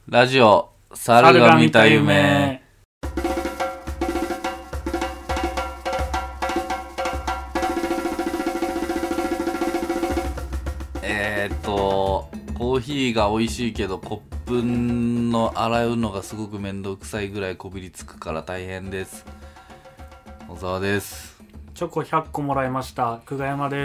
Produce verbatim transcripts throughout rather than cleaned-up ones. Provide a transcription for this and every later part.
ラジオ猿が見た夢。えーっとコーヒーが美味しいけどコップの洗うのがすごくめんどくさいぐらいこびりつくから大変です。小沢です。 チョコひゃっこもらいました。久我山です。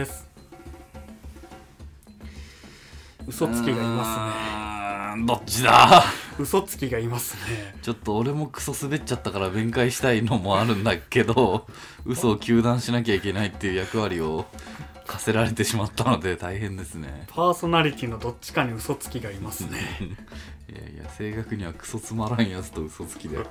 嘘つきがいますね。どっちだ。 嘘つきがいますね。 ちょっと俺もクソ滑っちゃったから弁解したいのもあるんだけど嘘を糾弾しなきゃいけないっていう役割を課せられてしまったので大変ですね。 パーソナリティのどっちかに嘘つきがいますねいやいや正確にはクソつまらんやつと嘘つきであ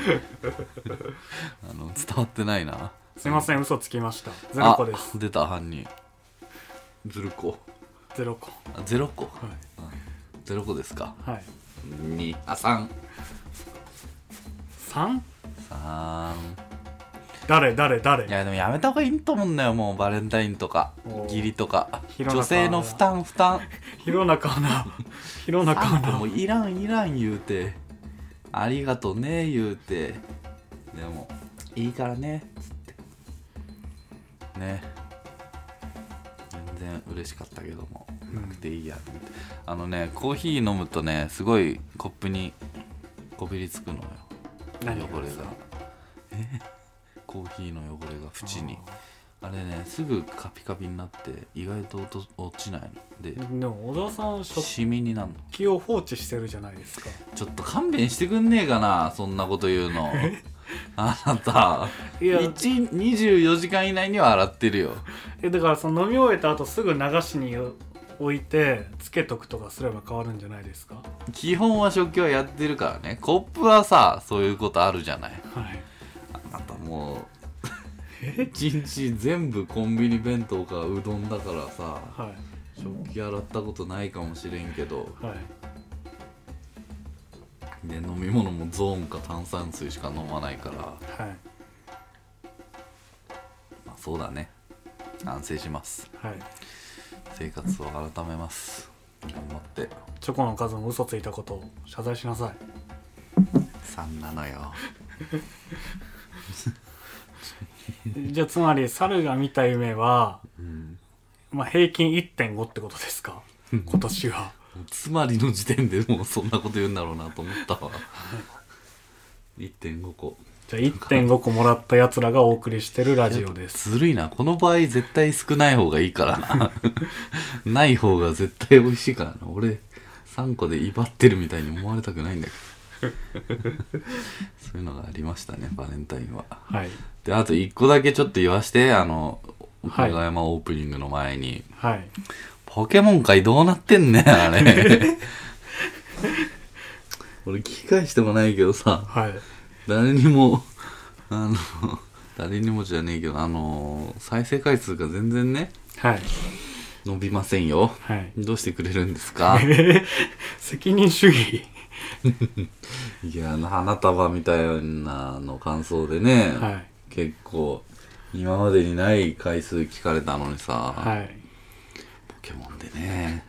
の伝わってないな。 すいません、嘘つきました。ゼロ個です。 出た犯人ズルコゼロ個。 あゼロ個、 はい、 うん、ゼロ個ですか。 はい。 にあ三三三誰誰誰。 いやでもやめた方がいいと思うんだよ。もうバレンタインとか義理とか女性の負担負担弘中アナ弘中アナもういらんいらん言うてありがとうね言うてでもいいからねつってね全然嬉しかったけどもなくていいやと思って、うん、あのねコーヒー飲むとねすごいコップにこびりつくのよ。 何汚れがえコーヒーの汚れが縁に あ, あれねすぐカピカピになって意外と落, と落ちないので。 でも小田さんシミになるの。 気を放置してるじゃないですか。 ちょっと勘弁してくんねえかなそんなこと言うのあなたいやにじゅうよじかん以内には洗ってるよ。 えだからその飲み終えた後すぐ流しに置いてつけとくとかすれば変わるんじゃないですか。 基本は食器はやってるからね。コップはさそういうことあるじゃない。 はい。 あなたもう一日全部コンビニ弁当かうどんだからさ、はい、食器洗ったことないかもしれんけど、はい、で飲み物もゾーンか炭酸水しか飲まないから、はい、まあそうだね反省します、はい、生活を改めます。頑張ってチョコの数も嘘ついたことを謝罪しなさい。 さんなのよじゃあつまり猿が見た夢は、うん、まあ平均 いってんご ってことですか今年はつまりの時点でもうそんなこと言うんだろうなと思ったわいってんごこ。 じゃあ いってんご 個もらったやつらがお送りしてるラジオです。 ずるいな。この場合絶対少ない方がいいからなない方が絶対美味しいからな。俺さんこで威張ってるみたいに思われたくないんだけどそういうのがありましたねバレンタインは。はい。であといっこだけちょっと言わして。あの岡山オープニングの前に、はい、ポケモン界どうなってんねんあれ俺聞き返してもないけどさ、はい、誰にもあの誰にもじゃねえけどあの再生回数が全然ね、はい、伸びませんよ、はい、どうしてくれるんですか責任主義いや花束みたいなの感想でね、はい、結構今までにない回数聞かれたのにさ、はい、ポケモンでね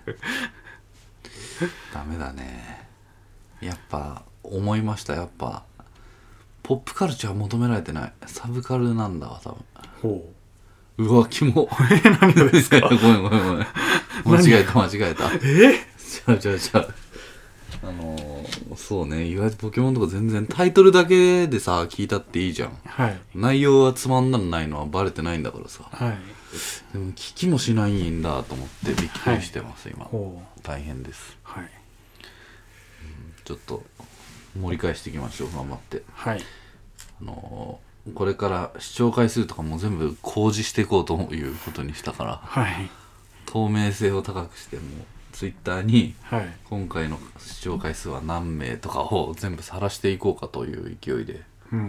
ダメだね。やっぱ思いました。やっぱポップカルチャー求められてないサブカルなんだわ多分。ほううわキモえ何がですかごめんごめんごめん間違えた間違えたえちゃうちゃうちゃうあのー、そうね意外とポケモンとか全然タイトルだけでさ聞いたっていいじゃん、はい、内容はつまんないのはバレてないんだからさ、はい、でも聞きもしないんだと思ってびっくりしてます、はい、今大変です、はい、うん、ちょっと盛り返していきましょう頑張って、はい、あのー、これから視聴回数とかも全部公示していこうということにしたから、はい、透明性を高くしてもツイッターに今回の視聴回数は何名とかを全部晒していこうかという勢いで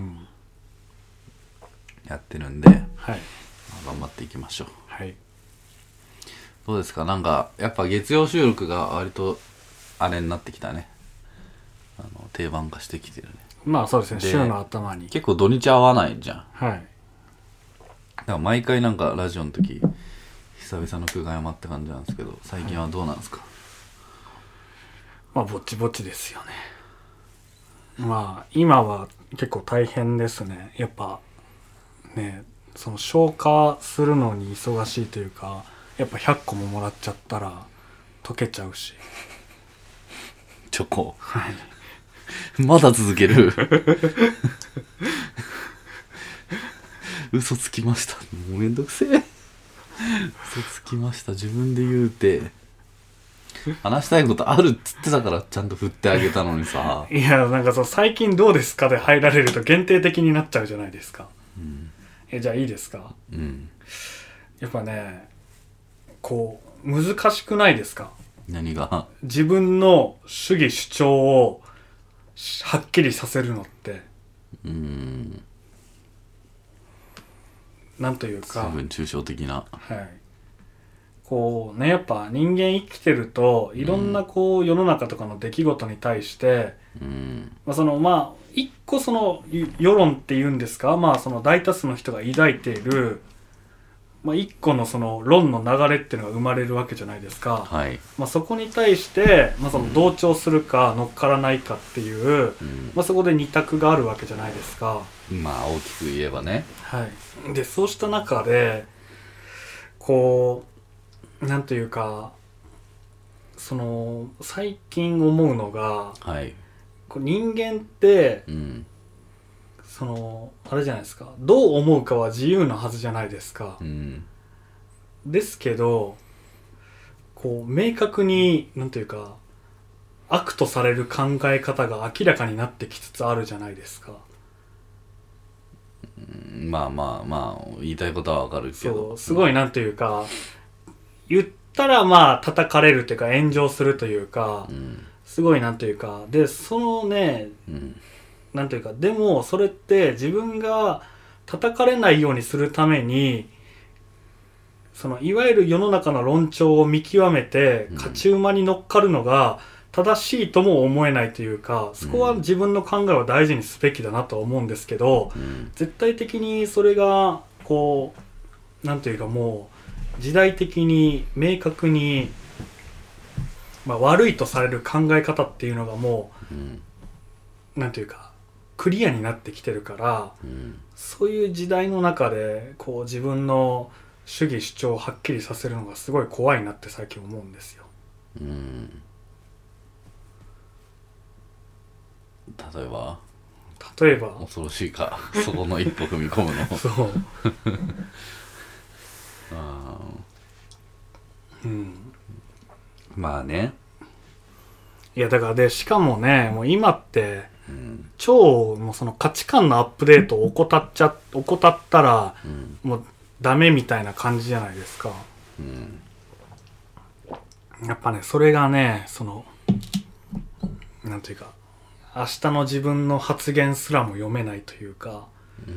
やってるんで、はい、まあ、頑張っていきましょう、はい、どうですか。なんかやっぱ月曜収録が割とあれになってきたね。あの定番化してきてるね。 まあそうですね。週の頭に結構土日合わないじゃん。 はい。 だから毎回なんかラジオの時久々の久我山って感じなんですけど、最近はどうなんですか。 うまあぼちぼちですよね。まあ今は結構大変ですね。やっぱね、その消化するのに忙しいというか、やっぱひゃっこももらっちゃったら溶けちゃうし。 チョコ。 はい。 まだ続ける。嘘つきました。もうめんどくせえ。嘘つきました。自分で言うて。話したいことあるっつってたからちゃんと振ってあげたのにさ。 いや、なんかそう、最近どうですかで入られると限定的になっちゃうじゃないですか。うん、え、じゃあいいですか。うん。やっぱね、こう、難しくないですか。 何が。 自分の主義主張をはっきりさせるのって。うーん。なんというか。 随分抽象的な。 はい。こうね、やっぱ人間生きてるといろんなこう世の中とかの出来事に対して、うん、まあそのまあ一個その世論っていうんですか、まあその大多数の人が抱いている、まあ一個のその論の流れっていうのが生まれるわけじゃないですか。はい。まあそこに対してまあその同調するか乗っからないかっていう、うん、まあそこで二択があるわけじゃないですか。 まあ大きく言えばね。 はい。でそうした中でこう。なんというかその最近思うのが、はい、こう人間って、うん、そのあれじゃないですか、どう思うかは自由なはずじゃないですか、うん、ですけどこう明確になんというか悪とされる考え方が明らかになってきつつあるじゃないですか。 うん、まあまあまあ言いたいことはわかるけど、 そうすごいなんというか、言ったらまあ叩かれるというか炎上するというか、うん、すごいなんというかでそのね、うん、なんというかでもそれって自分が叩かれないようにするためにそのいわゆる世の中の論調を見極めて勝ち馬に乗っかるのが正しいとも思えないというか、そこは自分の考えを大事にすべきだなと思うんですけど、うん、絶対的にそれがこうなんというかもう時代的に明確に、まあ、悪いとされる考え方っていうのがもう、うん、なんていうかクリアになってきてるから、うん、そういう時代の中でこう自分の主義主張をはっきりさせるのがすごい怖いなって最近思うんですよ。うん、 例えば例えば恐ろしいかそこの一歩踏み込むのそうあうん、まあね。 いやだからでしかもねもう今って、うん、超もうその価値観のアップデートを怠っちゃ怠ったら、うん、もうダメみたいな感じじゃないですか、うん、やっぱねそれがねそのなんていうか明日の自分の発言すらも読めないというか、うん、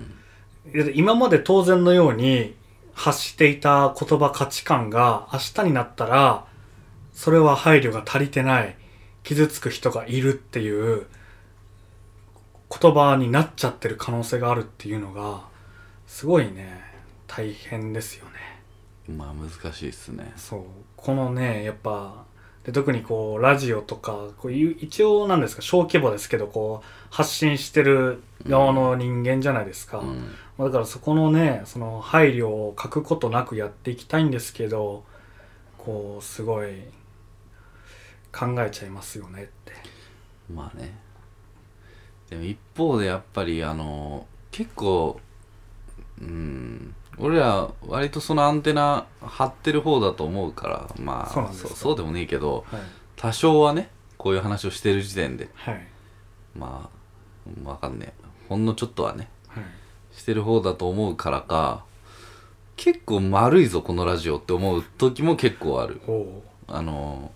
今まで当然のように発していた言葉価値観が明日になったらそれは配慮が足りてない傷つく人がいるっていう言葉になっちゃってる可能性があるっていうのがすごいね大変ですよね。 まあ難しいですね。 そうこのねやっぱで特にこうラジオとかこういう一応なんですか小規模ですけどこう発信してる側の人間じゃないですか、うんうんだからそこのねその配慮を欠くことなくやっていきたいんですけどこうすごい考えちゃいますよねって。 まあねでも一方でやっぱりあの結構うん俺ら割とそのアンテナ張ってる方だと思うからまあそうなんですか。そう、そうでもねえけど、はい、多少はねこういう話をしてる時点で、はい、まあわかんねえほんのちょっとはね、はいしてる方だと思うからか結構丸いぞこのラジオって思う時も結構ある。あの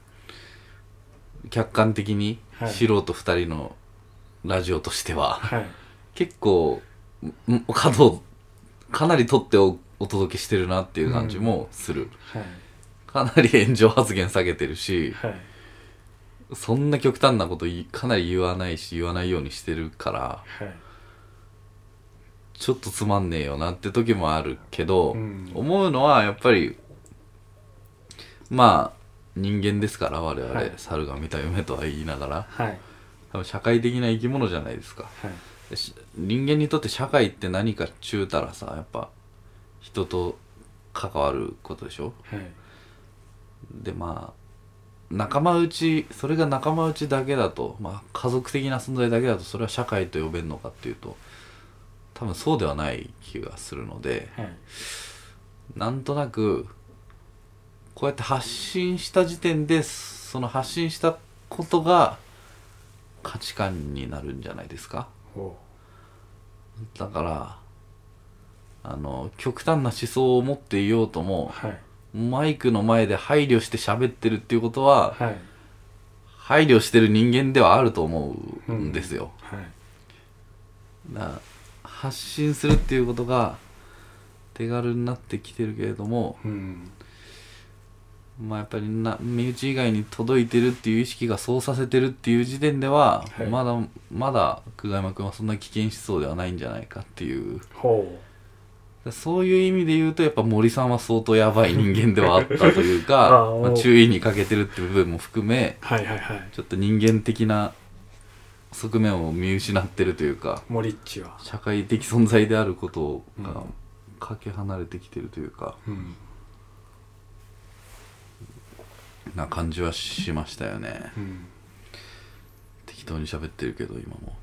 客観的に素人ふたりのラジオとしては、はい、結構角をかなり取って お, お届けしてるなっていう感じもする、うんはい、かなり炎上発言下げてるし、はい、そんな極端なことかなり言わないし言わないようにしてるから、はいちょっとつまんねえよなって時もあるけど、うん、思うのはやっぱりまあ人間ですから我々、 はい、 猿が見た夢とは言いながら、 はい、 多分社会的な生き物じゃないですか、はい、で人間にとって社会って何かっちゅうたらさ、やっぱ人と関わることでしょ、はい、でまあ仲間内、それが仲間内だけだと、まあ家族的な存在だけだとそれは社会と呼べるのかっていうと多分そうではない気がするので、はい、なんとなくこうやって発信した時点でその発信したことが価値観になるんじゃないですか。だからあの極端な思想を持っていようとも、はい、マイクの前で配慮して喋ってるっていうことは、はい、配慮してる人間ではあると思うんですよ、うんはい、だから発信するっていうことが手軽になってきてるけれども、うん、まあやっぱりな身内以外に届いてるっていう意識がそうさせてるっていう時点では、はい、まだまだ久我山君はそんな危険思想ではないんじゃないかっていう。ほう、そういう意味で言うとやっぱ森さんは相当やばい人間ではあったというかあ、まあ、注意に欠けてるっていう部分も含め、はいはいはい、ちょっと人間的な側面を見失ってるというか、 森っちは社会的存在であることがかけ離れてきてるというか、うん、な感じはしましたよね、うん、適当に喋ってるけど今も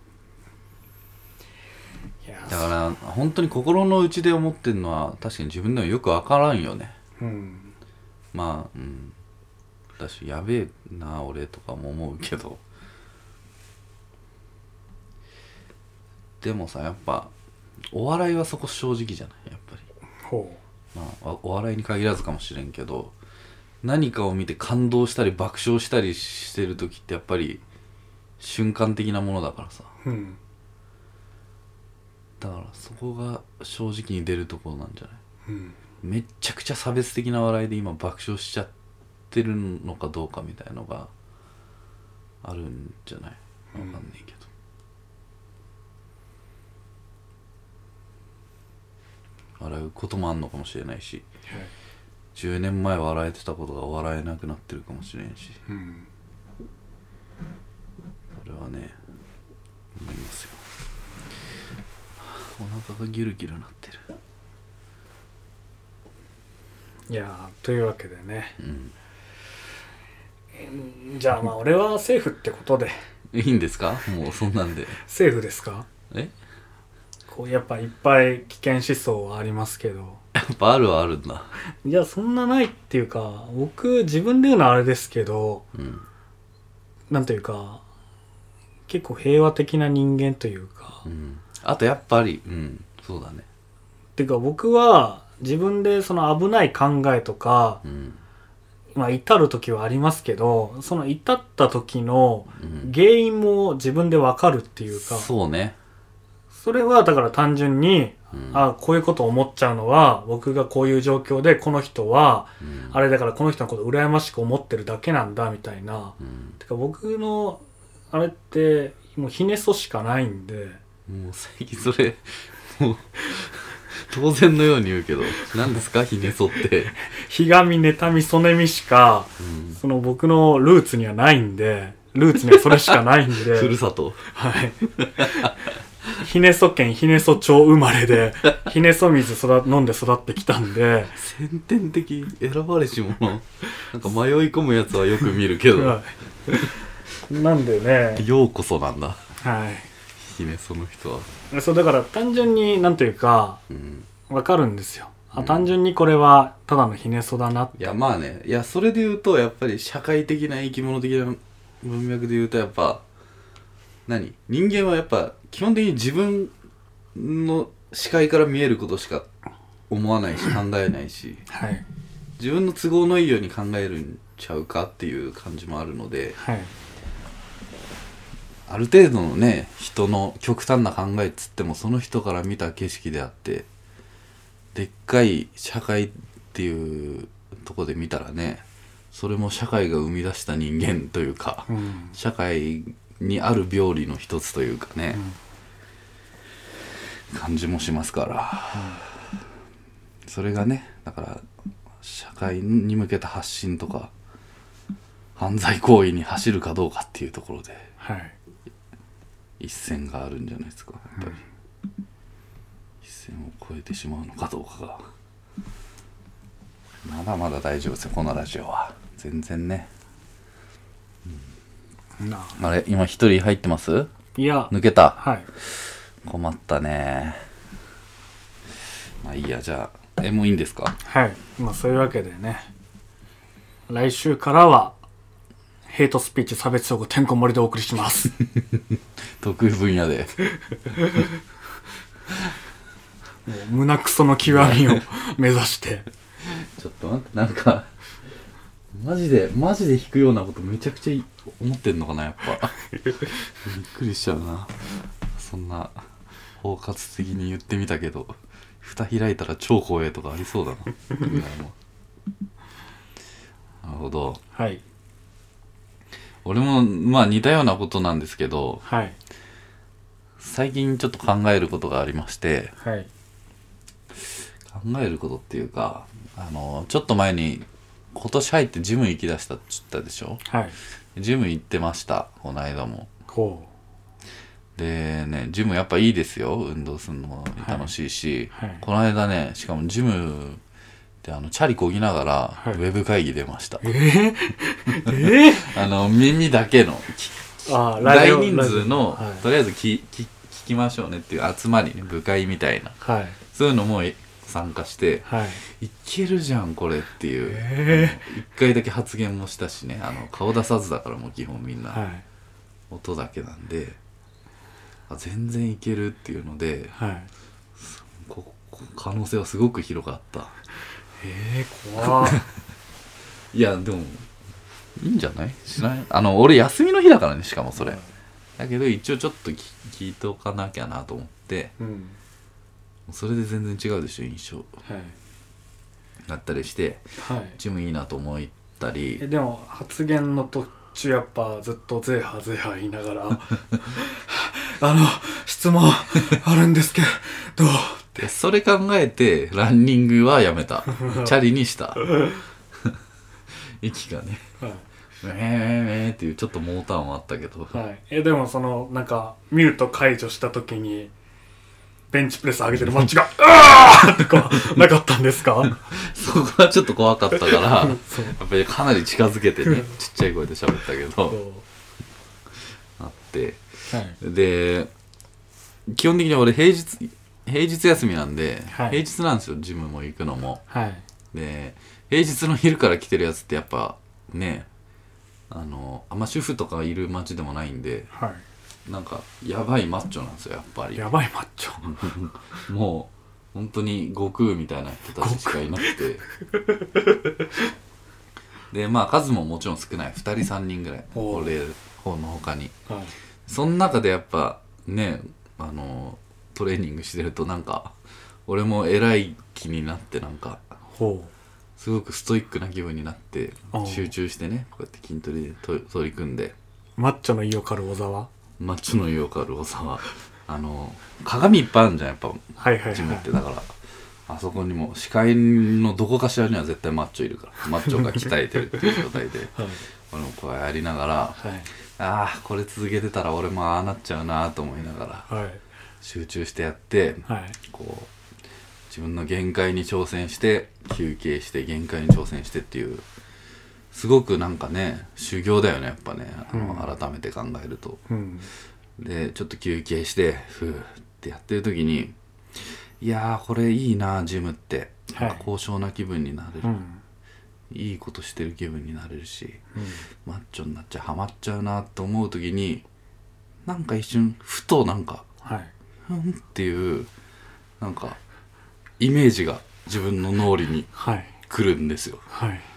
だから本当に心の内で思ってるのは確かに自分でもよく分からんよね、うん、まあうん私やべえな俺とかも思うけどでもさやっぱお笑いはそこ正直じゃないやっぱりほう、まあ、お笑いに限らずかもしれんけど何かを見て感動したり爆笑したりしてる時ってやっぱり瞬間的なものだからさ、うんだからそこが正直に出るところなんじゃない、うん、めっちゃくちゃ差別的な笑いで今爆笑しちゃってるのかどうかみたいのがあるんじゃないわかんないけど、うん、笑うこともあんのかもしれないし、はい、じゅうねんまえ笑えてたことが笑えなくなってるかもしれんし、うん、それはね思いますよ。お腹がギュルギュルなってる。 いやというわけでね、うん、じゃあまあ俺はセーフってことでいいんですかもうそんなんでセーフですか。えこうやっぱいっぱい危険思想はありますけどやっぱあるはあるんだ。 いやそんなないっていうか僕自分で言うのはあれですけど、うん、なんというか結構平和的な人間というか、うんあとやっぱりうんそうだねてか僕は自分でその危ない考えとか、うん、まあ至る時はありますけどその至った時の原因も自分で分かるっていうか、うん、 そうねそれはだから単純に、うん、あこういうことを思っちゃうのは僕がこういう状況でこの人は、うん、あれだからこの人のことを羨ましく思ってるだけなんだみたいな、うん、てか僕のあれってもうひねそしかないんでもう最近それもう当然のように言うけど何ですかひねそってひがみ妬みそねみしか、うん、その僕のルーツにはないんでルーツにはそれしかないんでふるさとはいひねそ県ひねそ町生まれでひねそ水育飲んで育ってきたんで先天的選ばれし者なんか迷い込むやつはよく見るけど、はい、なんでねようこそなんだはいひねその人はそうだから単純になんというか、うん、分かるんですよ、うん、あ単純にこれはただのひねそだなって。 いやまあねいやそれで言うとやっぱり社会的な生き物的な文脈で言うとやっぱ何人間はやっぱ基本的に自分の視界から見えることしか思わないし考えないし、はい、自分の都合のいいように考えるんちゃうかっていう感じもあるので、はい、ある程度のね人の極端な考えっつってもその人から見た景色であってでっかい社会っていうとこで見たらねそれも社会が生み出した人間というか、うん、社会にある病理の一つというかね、うん、感じもしますから、うん、それがねだから社会に向けた発信とか犯罪行為に走るかどうかっていうところで、 はい、 一線があるんじゃないですかやっぱり、うん、一線を越えてしまうのかどうかがまだまだ大丈夫ですよこのラジオは全然ね、うん、なあれ今一人入ってます？ いや抜けた、 はい、 困ったね。まあいいやじゃあえもういいんですか？ はい、まあそういうわけでね来週からはヘイトスピーチ差別用語てんこ盛りでお送りします得意分野でもう胸クソの極みを目指してちょっと待ってなんかマジでマジで弾くようなことめちゃくちゃ思ってんのかなやっぱびっくりしちゃうな。そんな包括的に言ってみたけど蓋開いたら超怖えとかありそうだななるほど。 はい。 俺もまあ似たようなことなんですけど、 はい。 最近ちょっと考えることがありまして、 はい。 考えることっていうか、あのちょっと前に今年入ってジム行きだしたって言ったでしょ。 はい。 ジム行ってましたこの間も。 こうでね、ジムやっぱいいですよ。運動するのも楽しいし、 はいはい、 この間ね、しかもジムであのチャリこぎながら、はい、ウェブ会議出ました。 えー、えー、 あの耳だけのあ大人数の、はい、とりあえず聞き聞きましょうねっていう集まりね、部会みたいな、はい、そういうのも参加して、はい、いけるじゃんこれっていう、えー、一回だけ発言もしたしね、あの顔出さずだからもう基本みんな、はい、音だけなんであ全然いけるっていうので、はい、ここ可能性はすごく広がった。 えー、怖いやでもいいんじゃないしないあの俺休みの日だからね、しかもそれ、はい、だけど一応ちょっと聞いておかなきゃなと思って、うん、それで全然違うでしょ印象、はい、だったりして、はい、ジムいいなと思ったり。 えでも発言の途中やっぱずっとゼーハーゼーハー言いながらあの質問あるんですけどでそれ考えてランニングはやめたチャリにした息がね、はい、えーえーっていうちょっとモーターもあったけど、 はい、えでもそのなんかミュート解除した時にベンチプレス上げてるマッチがあーとかなかったんですか？ そこはちょっと怖かったからやっぱりかなり近づけてねちっちゃい声で喋ったけどあって、はい、で基本的に俺平日平日休みなんで、はい、平日なんですよジムも行くのも、はい、で平日の昼から来てるやつってやっぱねあのあんま主婦とかいる街でもないんで、はい、なんかやばいマッチョなんですよやっぱり。 やばいマッチョもう本当に悟空みたいな人たちしかいなくてでまあ数ももちろん少ないふたりさんにんぐらい俺方の他に、はい、その中でやっぱねあのトレーニングしてるとなんか俺も偉い気になってなんかすごくストイックな気分になって集中してねこうやって筋トレで取り組んで。 マッチョの意を狩る小沢マッチョの意を狩る小沢あの鏡いっぱいあるじゃんやっぱ、はいはいはい、ジムってだからあそこにも視界のどこかしらには絶対マッチョいるからマッチョが鍛えてるっていう状態で、はい、俺もこうやりながら、はい、ああこれ続けてたら俺もああなっちゃうなと思いながら、はい、集中してやって、はい、こう自分の限界に挑戦して休憩して限界に挑戦してっていうすごくなんかね修行だよねやっぱねあの、うん、改めて考えると、うん、でちょっと休憩してふーってやってる時にいやーこれいいなジムって、はい、なんか高尚な気分になれる、うん、いいことしてる気分になれるし、うん、マッチョになっちゃうハマっちゃうなと思う時になんか一瞬ふとなんか、はい、うんっていうなんかイメージが自分の脳裏に来るんですよ、はいはい、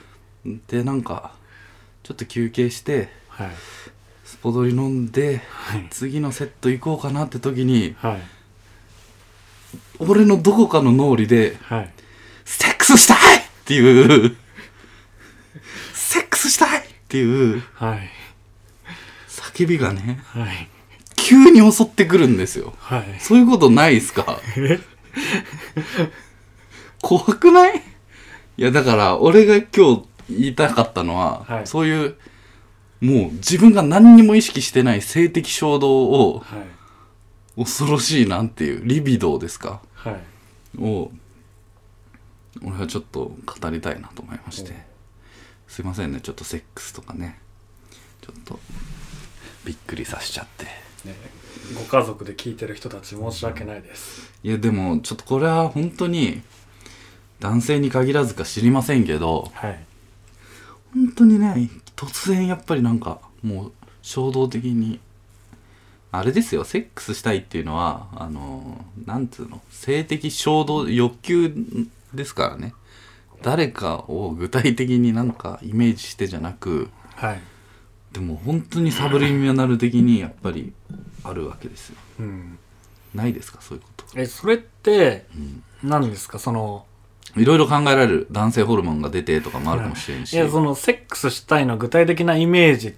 でなんかちょっと休憩して、はい、スポドリ飲んで、はい、次のセット行こうかなって時に、はい、俺のどこかの脳裏で、はい、セックスしたいっていうセックスしたいっていう、はい、叫びがね、はい、急に襲ってくるんですよ、はい、そういうことないですか？怖くない？いやだから俺が今日言いたかったのは、はい、そういうもう自分が何にも意識してない性的衝動を、はい、恐ろしいなんていうリビドーですか、はい、を俺はちょっと語りたいなと思いまして、すいませんね、ちょっとセックスとかねちょっとびっくりさせちゃって、ね、 ご家族で聞いてる人たち申し訳ないです。 いやでもちょっとこれは本当に男性に限らずか知りませんけど、はい、本当にね突然やっぱりなんかもう衝動的にあれですよ、セックスしたいっていうのはあのなんつうの性的衝動欲求ですからね。誰かを具体的になんかイメージしてじゃなく、はい、でも本当にサブリミナル的にやっぱりあるわけですよ、うん、ないですかそういうこと。 えそれって何ですか、そのいろいろ考えられる、男性ホルモンが出てとかもあるかもしれんし、 いやそのセックスしたいの具体的なイメージって、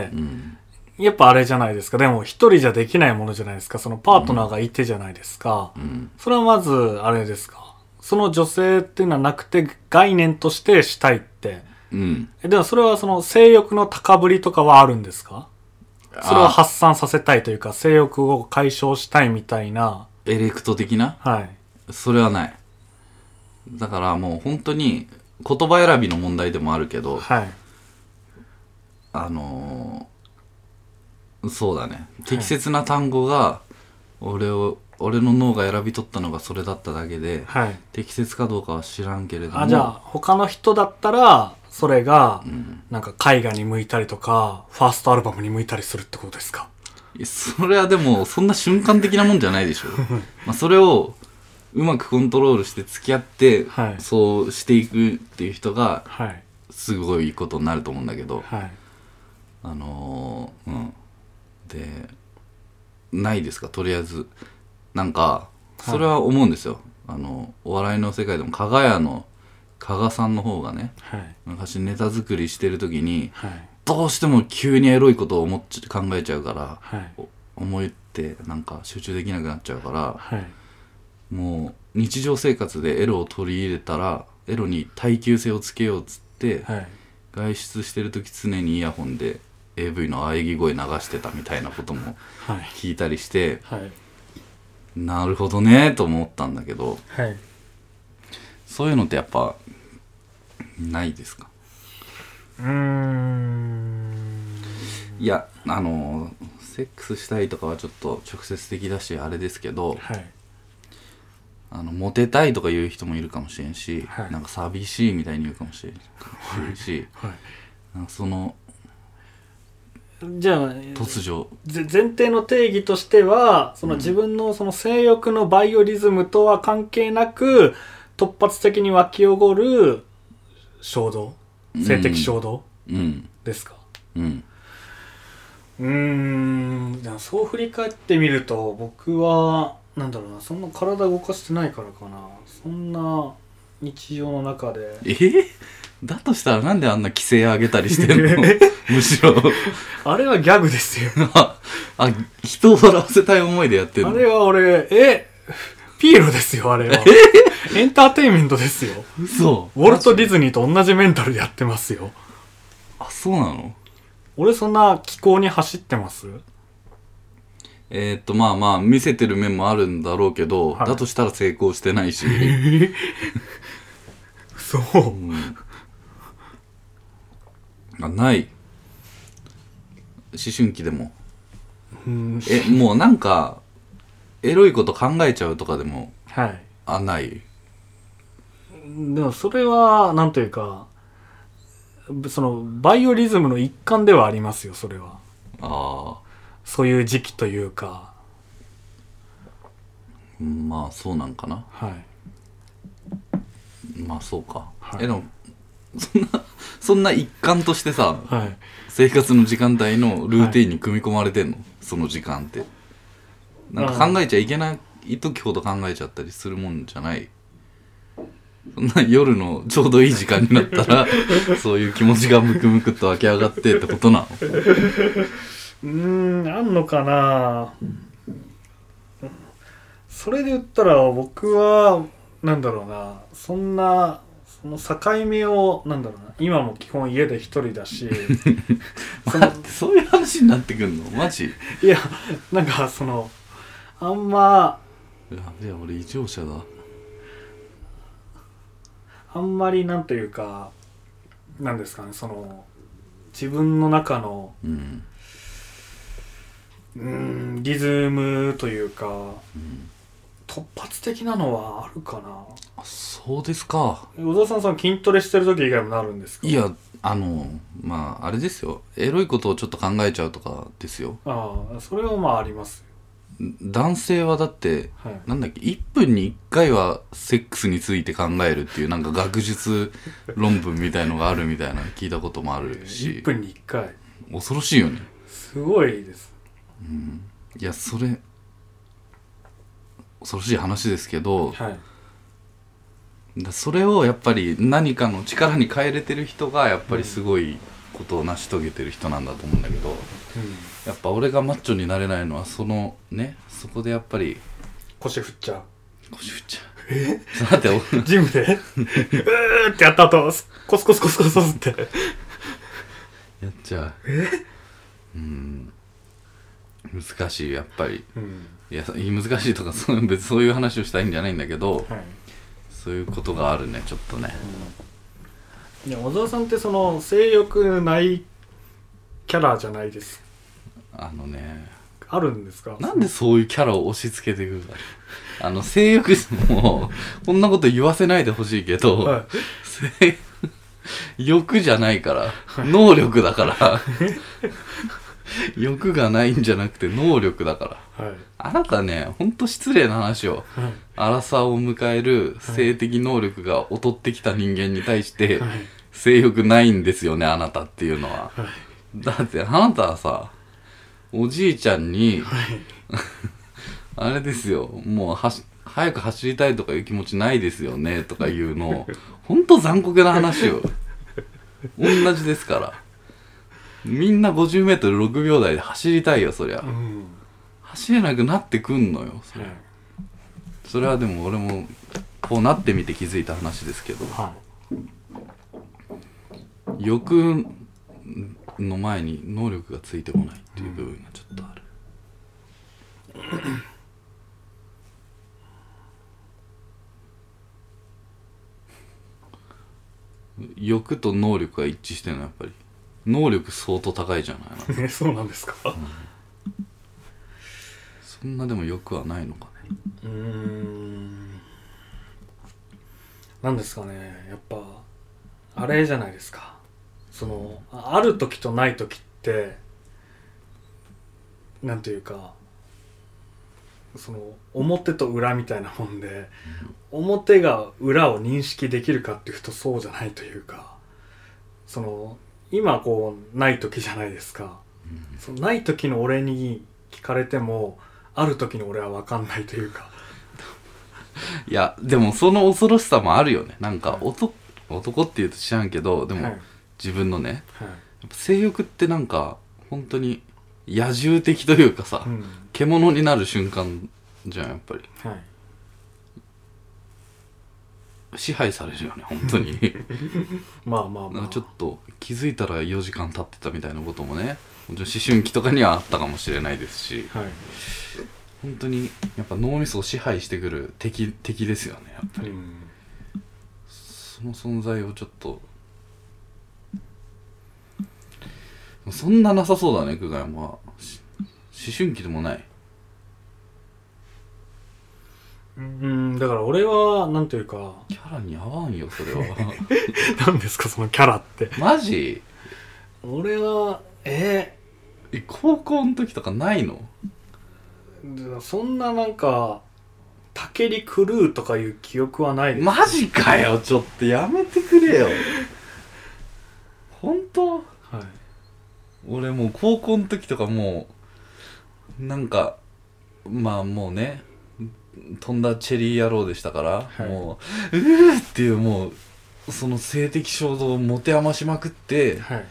うん、やっぱあれじゃないですか。でも一人じゃできないものじゃないですか。そのパートナーがいてじゃないですか、うん、それはまずあれですか、その女性っていうのはなくて概念としてしたいって、うん、でもそれはその性欲の高ぶりとかはあるんですか。それを発散させたいというか性欲を解消したいみたいなエレクト的な、はい、それはない。だからもう本当に言葉選びの問題でもあるけど、はい、あのー、そうだね、適切な単語が俺を俺の脳が選び取ったのがそれだっただけで、はい、適切かどうかは知らんけれども、 あじゃあ他の人だったらそれが、うん、なんか絵画に向いたりとかファーストアルバムに向いたりするってことですか。 それはでもそんな瞬間的なもんじゃないでしょまあそれをうまくコントロールして付き合って、はい、そうしていくっていう人がすごいことになると思うんだけど、はい、あのー、うんでないですかとりあえず。なんかそれは思うんですよ、はい、あのお笑いの世界でも加賀屋の加賀さんの方がね、はい、昔ネタ作りしてる時に、はい、どうしても急にエロいことを思っち考えちゃうから、はい、思いってなんか集中できなくなっちゃうから、はい、もう日常生活でエロを取り入れたらエロに耐久性をつけようっつって、はい、外出してる時常にイヤホンで エーブイ の喘ぎ声流してたみたいなことも聞いたりして、はいはい、なるほどねと思ったんだけど、はい、そういうのってやっぱないですか。うーんいやあのセックスしたいとかはちょっと直接的だしあれですけど、はい、あのモテたいとか言う人もいるかもしれんし、はい、なんか寂しいみたいに言うかもしれんし、はいはい、なんかそのじゃあ突如前提の定義としてはその自分のその性欲のバイオリズムとは関係なく突発的に湧き起こる衝動、性的衝動、うん、ですか。うんうーん、そう振り返ってみると僕はなんだろうな、そんな体動かしてないからかな。そんな日常の中でえー、だとしたらなんであんな規制上げたりしてるのむしろあれはギャグですよあ、人を笑わせたい思いでやってるの。 あれは俺えピエロですよあれはエンターテインメントですよ。 嘘。 ウォルト・ディズニーと同じメンタルでやってますよ。 あ、そうなの。 俺そんな気候に走ってます？ えー、っとまあまあ見せてる面もあるんだろうけど、はい、だとしたら成功してないしそう、うん、 あない思春期でもえもうなんかエロいこと考えちゃうとかでも、はい、あないでもそれはなんというかそのバイオリズムの一環ではありますよそれは。ああそういう時期というかまあそうなんかな。はいまあそうか、はい、えでもそんなそんな一環としてさ、はい、生活の時間帯のルーティンに組み込まれてんの、はい、その時間ってなんか考えちゃいけない時ほど考えちゃったりするもんじゃない。そんな夜のちょうどいい時間になったらそういう気持ちがムクムクっと湧き上がってってことなのうーんあんのかな。それで言ったら僕はなんだろうな、そんなその境目をなんだろうな、今も基本家で一人だしそのそういう話になってくんのマジ。 いやなんかそのあんまやべえ俺異常者だ。 あんまりなんというかなんですかね、その自分の中のうんうーんリズムというか、 うん、 突発的なのはあるかな。 あそうですか。 小沢さん、その筋トレしてる時以外もなるんですか？ いやあのまああれですよ、エロいことをちょっと考えちゃうとかですよ。 ああそれはまああります。 男性はだって、はい、なんだっけいっぷんにいっかいはセックスについて考えるっていうなんか学術論文みたいのがあるみたいな聞いたこともあるしいっぷんにいっかい恐ろしいよね。 すごいです、 うん、いやそれ恐ろしい話ですけど、はい、だそれをやっぱり何かの力に変えれてる人がやっぱりすごいことを成し遂げてる人なんだと思うんだけど、うん、やっぱ俺がマッチョになれないのはそのね、そこでやっぱり腰振っちゃう腰振っちゃうえちょっと待ってジムでうーってやった後コスコスコスコスコスってやっちゃう。 えうん難しいやっぱり、 うん、 いや難しいとかそう別にそういう話をしたいんじゃないんだけど、はい、そういうことがあるねちょっとね、 うん、いや小沢さんってその性欲ないキャラじゃないです。 あのねあるんですか？ なんでそういうキャラを押し付けてくるかあの性欲もこんなこと言わせないでほしいけど、はい、性欲じゃないから、はい、能力だから欲がないんじゃなくて能力だから、はい、あなたねほんと失礼な話を、はい、荒さを迎える性的能力が劣ってきた人間に対して、はい、性欲ないんですよねあなたっていうのは、はい、だってあなたはさおじいちゃんに、はい、あれですよもうはし早く走りたいとかいう気持ちないですよねとかいうのほんと残酷な話よ同じですからみんな ごじゅうメートルろくびょうだいで走りたいよそりゃ、うん、走れなくなってくんのよそれ、はい、それはでも俺もこうなってみて気づいた話ですけど、はい、欲の前に能力がついてこないっていう部分がちょっとある、うん、欲と能力が一致してるのはやっぱり能力相当高いじゃないの、ね、そうなんですか、うん、 そんなでも欲はないのかね。 うーんなんですかねやっぱあれじゃないですか、そのある時とない時ってなんていうかその表と裏みたいなもんで、うん、表が裏を認識できるかっていうとそうじゃないというか、その今こうない時じゃないですか、うん、そのない時の俺に聞かれてもある時の俺は分かんないというかいやでもその恐ろしさもあるよね。なんか 男,、はい、男って言うと知らんけどでも、はい、自分のね、はい、やっぱ性欲ってなんか本当に野獣的というかさ、うん、獣になる瞬間じゃんやっぱり、はい、支配されるよね本当にまあまあまあちょっと気づいたらよじかん経ってたみたいなこともね思春期とかにはあったかもしれないですし、はい、本当にやっぱ脳みそを支配してくる敵敵ですよねやっぱり、うん、その存在をちょっとそんななさそうだね久我山は。思春期でもない。 うんだから俺はなんというかキャラに合わんよそれは何ですかそのキャラってマジ俺はえー、え高校の時とかないの？ そんななんかタケリ狂うとかいう記憶はないです。 マジかよちょっとやめてくれよ本当？はい俺もう高校の時とかもうなんかまあもうね飛んだチェリー野郎でしたから、はい、もううーっていうもうその性的衝動を持て余しまくって、はい、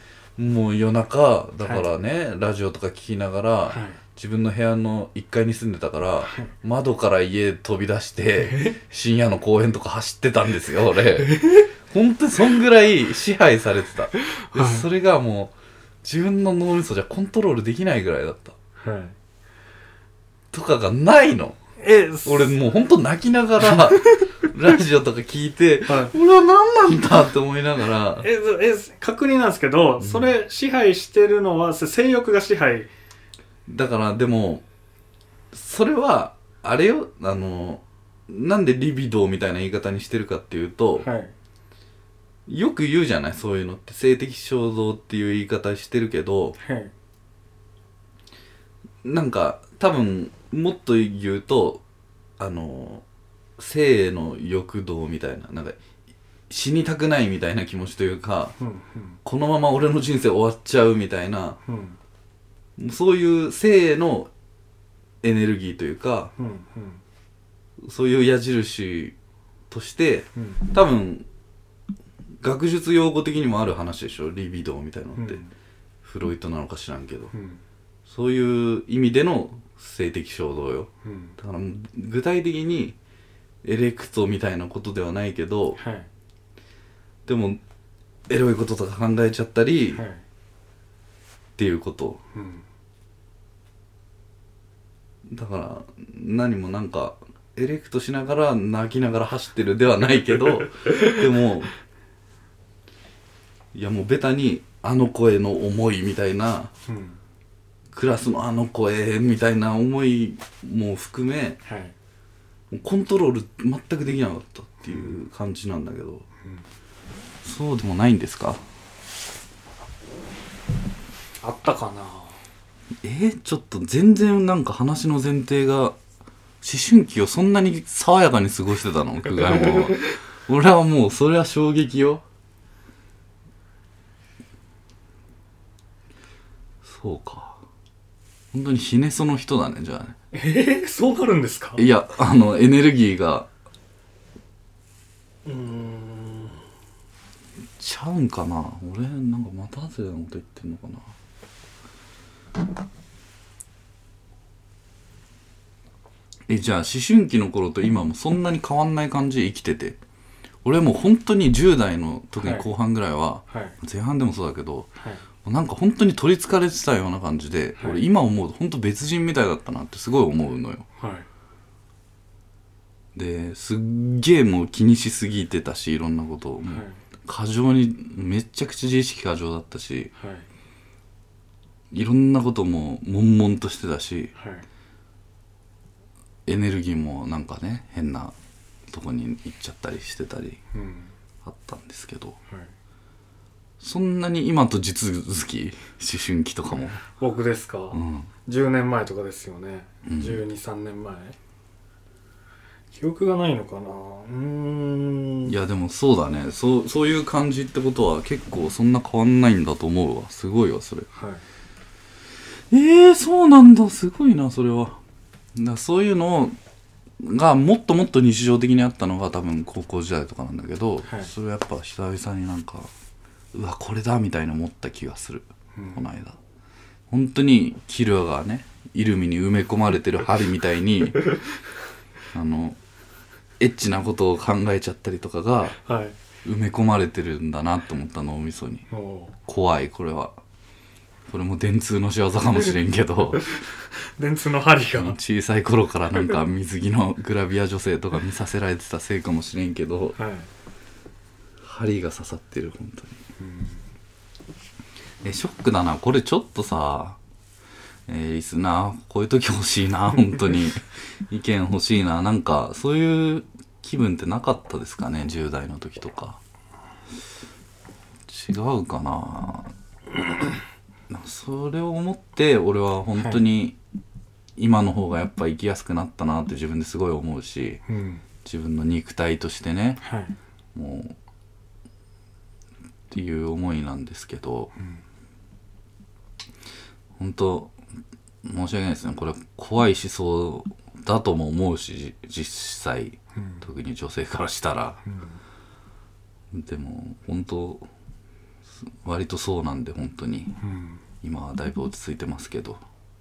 もう夜中だからね、はい、ラジオとか聞きながら、はい、自分の部屋のいっかいに住んでたから、はい、窓から家飛び出して深夜の公園とか走ってたんですよ俺本当にそんぐらい支配されてた、ではい、 それがもう自分の脳みそじゃコントロールできないぐらいだった、はい、とかがないの。え俺もうほんと泣きながらラジオとか聞いて、はい、俺は何なんだって思いながらええ確認なんですけど、うん、それ支配してるのは性欲が支配だから。でもそれはあれよ、あのなんでリビドーみたいな言い方にしてるかっていうと、はい、よく言うじゃない、そういうのって性的衝動っていう言い方してるけど、はい、なんか多分もっと言うとあの性の欲動みたいな、なんか死にたくないみたいな気持ちというか、うんうん、このまま俺の人生終わっちゃうみたいな、うん、そういう性のエネルギーというか、うんうん、そういう矢印として、うん、多分学術用語的にもある話でしょ、リビドーみたいなのって、うん、フロイトなのか知らんけど、うん、そういう意味での性的衝動よ、うん、だから具体的にエレクトみたいなことではないけど、はい、でもエロいこととか考えちゃったり、はい、っていうこと、うん、だから何もなんかエレクトしながら泣きながら走ってるではないけどでもいやもうベタにあの声の思いみたいな、うん、クラスのあの声みたいな思いも含め、はい、コントロール全くできなかったっていう感じなんだけど、うん、そうでもないんですか？ あったかな。 えー、ちょっと全然なんか話の前提が思春期をそんなに爽やかに過ごしてたの久我山は俺はもうそれは衝撃よ。そうか、本当にひねその人だねじゃあね。 えー、そうなるんですか？ いやあのエネルギーがうーんちゃうんかな。俺なんかまた外れなこと言ってんのかな。えじゃあ思春期の頃と今もそんなに変わんない感じで生きてて、俺もう本当にじゅう代の特に後半ぐらいは、はいはい、前半でもそうだけど、はい、なんか本当に取りつかれてたような感じで、はい、俺今思うと本当別人みたいだったなってすごい思うのよ、はい、ですっげえもう気にしすぎてたし、いろんなことをもう過剰にめちゃくちゃ自意識過剰だったし、はい、いろんなことも悶々としてたし、はい、エネルギーもなんかね変なとこに行っちゃったりしてたりあったんですけど、うんはい、そんなに今と地続き思春期とかも僕ですか、うん、じゅうねんまえとかですよね、うん、じゅうに、さんねんまえ記憶がないのかな。うーんいやでもそうだね、そう、そういう感じってことは結構そんな変わんないんだと思うわ。すごいわそれ、はい、えーそうなんだ、すごいなそれは。だそういうのがもっともっと日常的にあったのが多分高校時代とかなんだけど、はい、それやっぱ久々になんかうわこれだみたいに思った気がする、うん、この間本当にキルアがねイルミに埋め込まれてる針みたいにあのエッチなことを考えちゃったりとかが埋め込まれてるんだなと思った脳みそに。怖い、これは。これも電通の仕業かもしれんけど電通の針が小さい頃からなんか水着のグラビア女性とか見させられてたせいかもしれんけど、はい、針が刺さってる本当に、うん、えショックだなこれ。ちょっとさ、えー、リスナーこういう時欲しいな本当に意見欲しいな。なんかそういう気分ってなかったですかねじゅう代の時とか。違うかなそれを思って俺は本当に今の方がやっぱ生きやすくなったなって自分ですごい思うし、うん、自分の肉体としてね、はい、もうっていう思いなんですけど、うん、本当申し訳ないですね。これ怖い思想だとも思うし実際、うん、特に女性からしたら、うん、でも本当割とそうなんで本当に、うん、今はだいぶ落ち着いてますけど、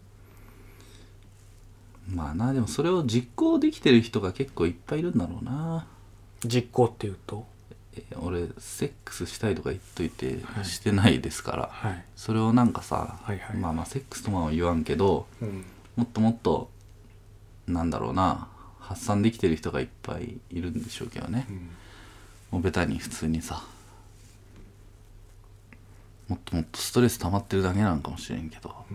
まあなでもそれを実行できてる人が結構いっぱいいるんだろうな。 実行っていうと俺セックスしたいとか言っといて、はい、してないですから、はい、それをなんかさ、はいはい、まあまあセックスとは言わんけど、うん、もっともっとなんだろうな発散できてる人がいっぱいいるんでしょうけどね、うん、もうベタに普通にさもっともっとストレス溜まってるだけなんかもしれんけど、うん、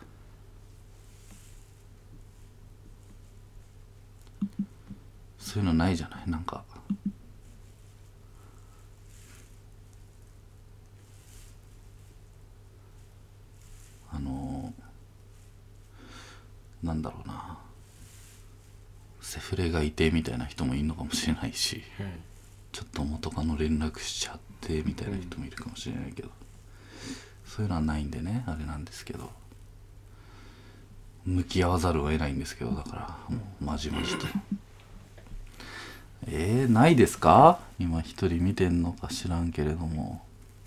そういうのないじゃない。なんかあのー、なんだろうなセフレがいてみたいな人もいるのかもしれないし、うん、ちょっと元カノ連絡しちゃってみたいな人もいるかもしれないけど、うん、そういうのはないんでねあれなんですけど、向き合わざるを得ないんですけど、だからもうまじまじとえー、ないですか？今一人見てんのか知らんけれども。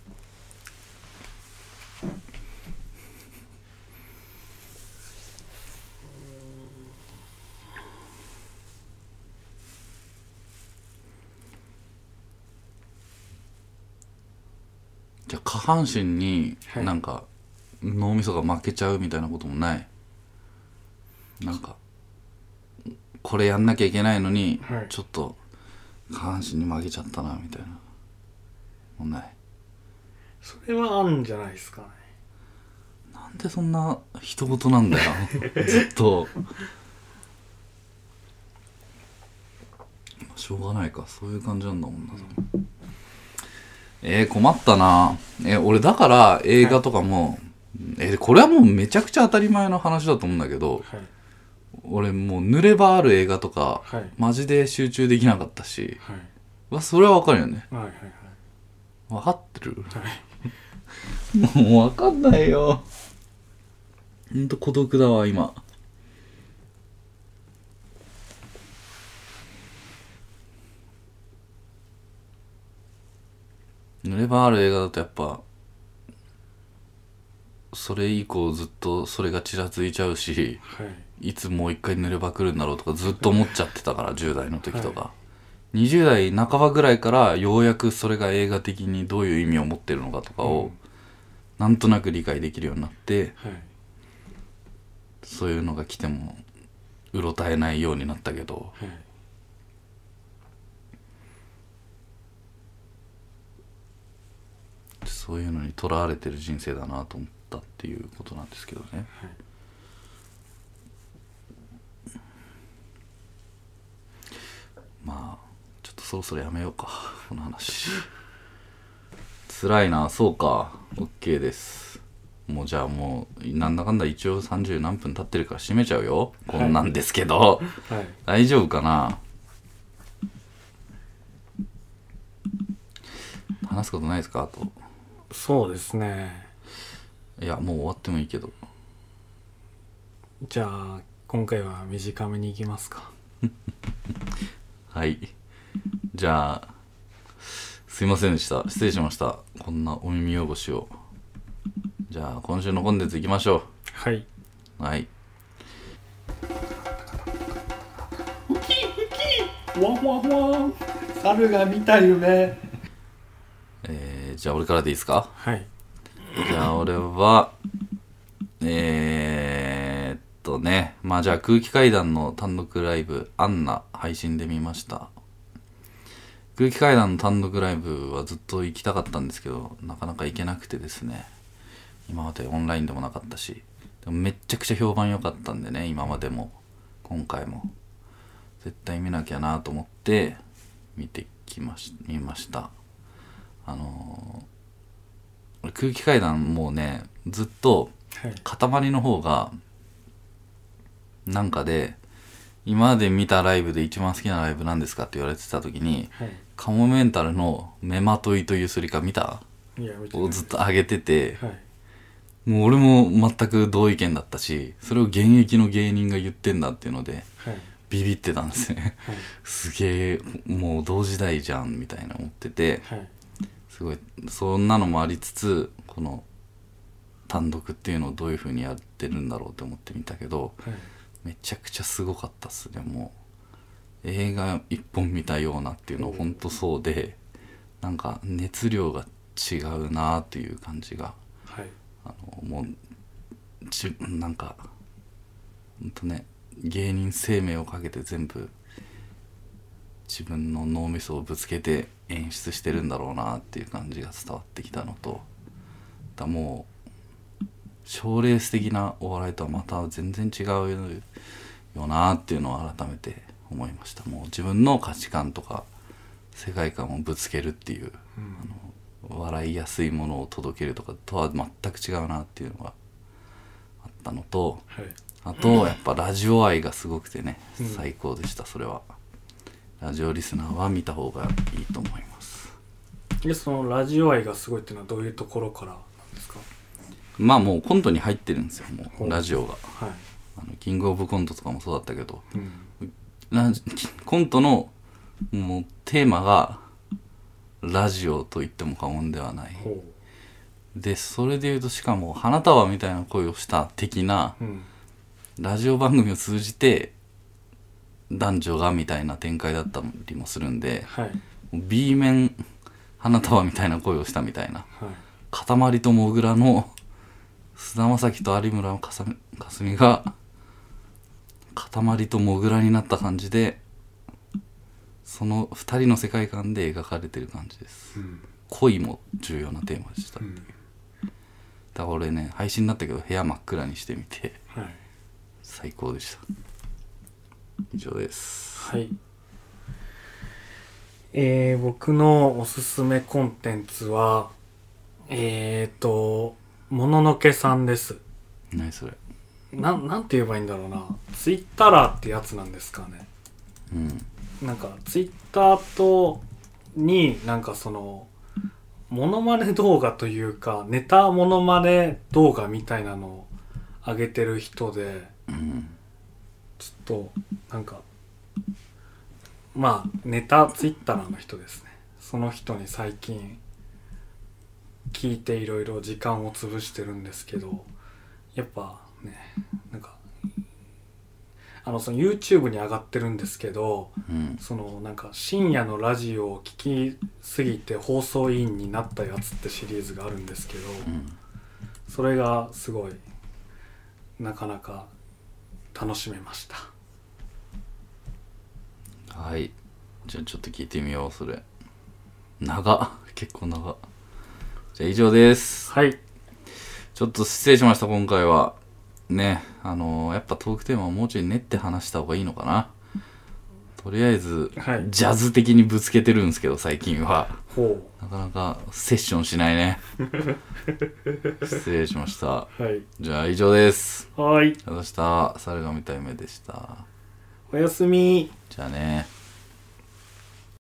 じゃあ下半身になんか脳みそが負けちゃうみたいなこともない？なんかこれやんなきゃいけないのにちょっと下半身に負けちゃったなみたいなもうない？ それはあるんじゃないですかね。 なんでそんな人事なんだよずっとしょうがないか、そういう感じなんだもんな、うん、えー、困ったな。えー、俺だから映画とかも、はい、えー、これはもうめちゃくちゃ当たり前の話だと思うんだけど、はい、俺もう濡れ場ある映画とか、はい、マジで集中できなかったし、はい、わそれはわかるよね、はいはいはい、分かってる、はい、もう分かんないよ。ほんと孤独だわ今。濡れ場ある映画だとやっぱそれ以降ずっとそれがちらついちゃうし、はい、いつもう一回濡れ場来るんだろうとかずっと思っちゃってたからじゅう代の時とか、はい、にじゅう代半ばぐらいからようやくそれが映画的にどういう意味を持ってるのかとかを、うん、なんとなく理解できるようになって、はい、そういうのが来てもうろたえないようになったけど、はい、そういうのにとらわれてる人生だなと思ったっていうことなんですけどね、はい、まあちょっとそろそろやめようかこの話辛いな。そうか OK です。もうじゃあもうなんだかんだ一応さんじゅう何分経ってるから閉めちゃうよ、こんなんですけど、はいはい、大丈夫かな。話すことないですか？あと。 そうですね。 いやもう終わってもいいけど。 じゃあ今回は短めにいきますかはい、じゃあすいませんでした、失礼しました。こんなお耳汚しを。じゃあ今週のコンテンツいきましょう。 はいはい。 ふきふきわんわんわん、猿が見た夢。 えー、じゃあ俺からでいいですか？ はい。 じゃあ俺はえーっとねまあじゃあ空気階段の単独ライブアンナ配信で見ました。空気階段の単独ライブはずっと行きたかったんですけどなかなか行けなくてですね、今までオンラインでもなかったし、でもめっちゃくちゃ評判良かったんでね、今までも今回も絶対見なきゃなと思って見てきまし見ました。あのー、空気階段もうねずっと塊の方がなんかで、今まで見たライブで一番好きなライブなんですかって言われてた時に、はい、カモメンタルのメマトイというスリカ見た？いや見てないをずっと上げてて、はい、もう俺も全く同意見だったし、それを現役の芸人が言ってんだっていうので、はい、ビビってたんですね、はい、すげえもう同時代じゃんみたいな思ってて、はい、すごいそんなのもありつつこの単独っていうのをどういう風にやってるんだろうって思ってみたけど、はい、めちゃくちゃすごかったっすね。もう映画一本見たようなっていうのはほんとそうで、 なんか熱量が違うなっていう感じが、 はい、 あのもうじなんかほんとね芸人生命をかけて全部自分の脳みそをぶつけて演出してるんだろうなっていう感じが伝わってきたのと、だもう賞レース的なお笑いとはまた全然違うよなっていうのを改めて思いました。もう自分の価値観とか世界観をぶつけるっていう、うん、あの笑いやすいものを届けるとかとは全く違うなっていうのがあったのと、はい、あとやっぱラジオ愛がすごくてね、うん、最高でした。それはラジオリスナーは見た方がいいと思います。 でそのラジオ愛がすごいっていうのはどういうところからなんですか？ まあもうコントに入ってるんですよ、もうラジオが、はい、あのキングオブコントとかもそうだったけど、うん、ラジコントのもうテーマがラジオと言っても過言ではない。でそれでいうとしかも花束みたいな声をした的な、うん、ラジオ番組を通じて男女がみたいな展開だったりもするんで、はい、B 面花束みたいな声をしたみたいな、はい、かたまりともぐらの菅田将暉と有村架純がかたまりともぐらになった感じで、そのふたりの世界観で描かれてる感じです、うん、恋も重要なテーマでしたっていう、うん、だから俺ね配信になったけど部屋真っ暗にしてみて、はい、最高でした。以上です。 はい、えー、僕のおすすめコンテンツはえーともののけさんです。 何それ？ ななんて言えばいいんだろうな、ツイッターってやつなんですかね。うん。なんかツイッターとになんかそのモノマネ動画というかネタモノマネ動画みたいなのを上げてる人で、うん、ちょっとなんかまあネタツイッターの人ですね。その人に最近聞いていろいろ時間を潰してるんですけど、やっぱねなんかあのその YouTube に上がってるんですけど、うん、そのなんか深夜のラジオを聞きすぎて放送委員になったやつってシリーズがあるんですけど、うん、それがすごいなかなか楽しめました。 はい、じゃあちょっと聞いてみよう。それ長っ、結構長っ。じゃあ以上です。 はい、 ちょっと失礼しました。今回はね、あのー、やっぱトークテーマをもうちょい練って話した方がいいのかな。とりあえず、はい、ジャズ的にぶつけてるんですけど最近はほうなかなかセッションしないね失礼しました。はい、じゃあ以上です。 はい、 ありがとうございました。猿が見たい目でした。 おやすみ。 じゃあね。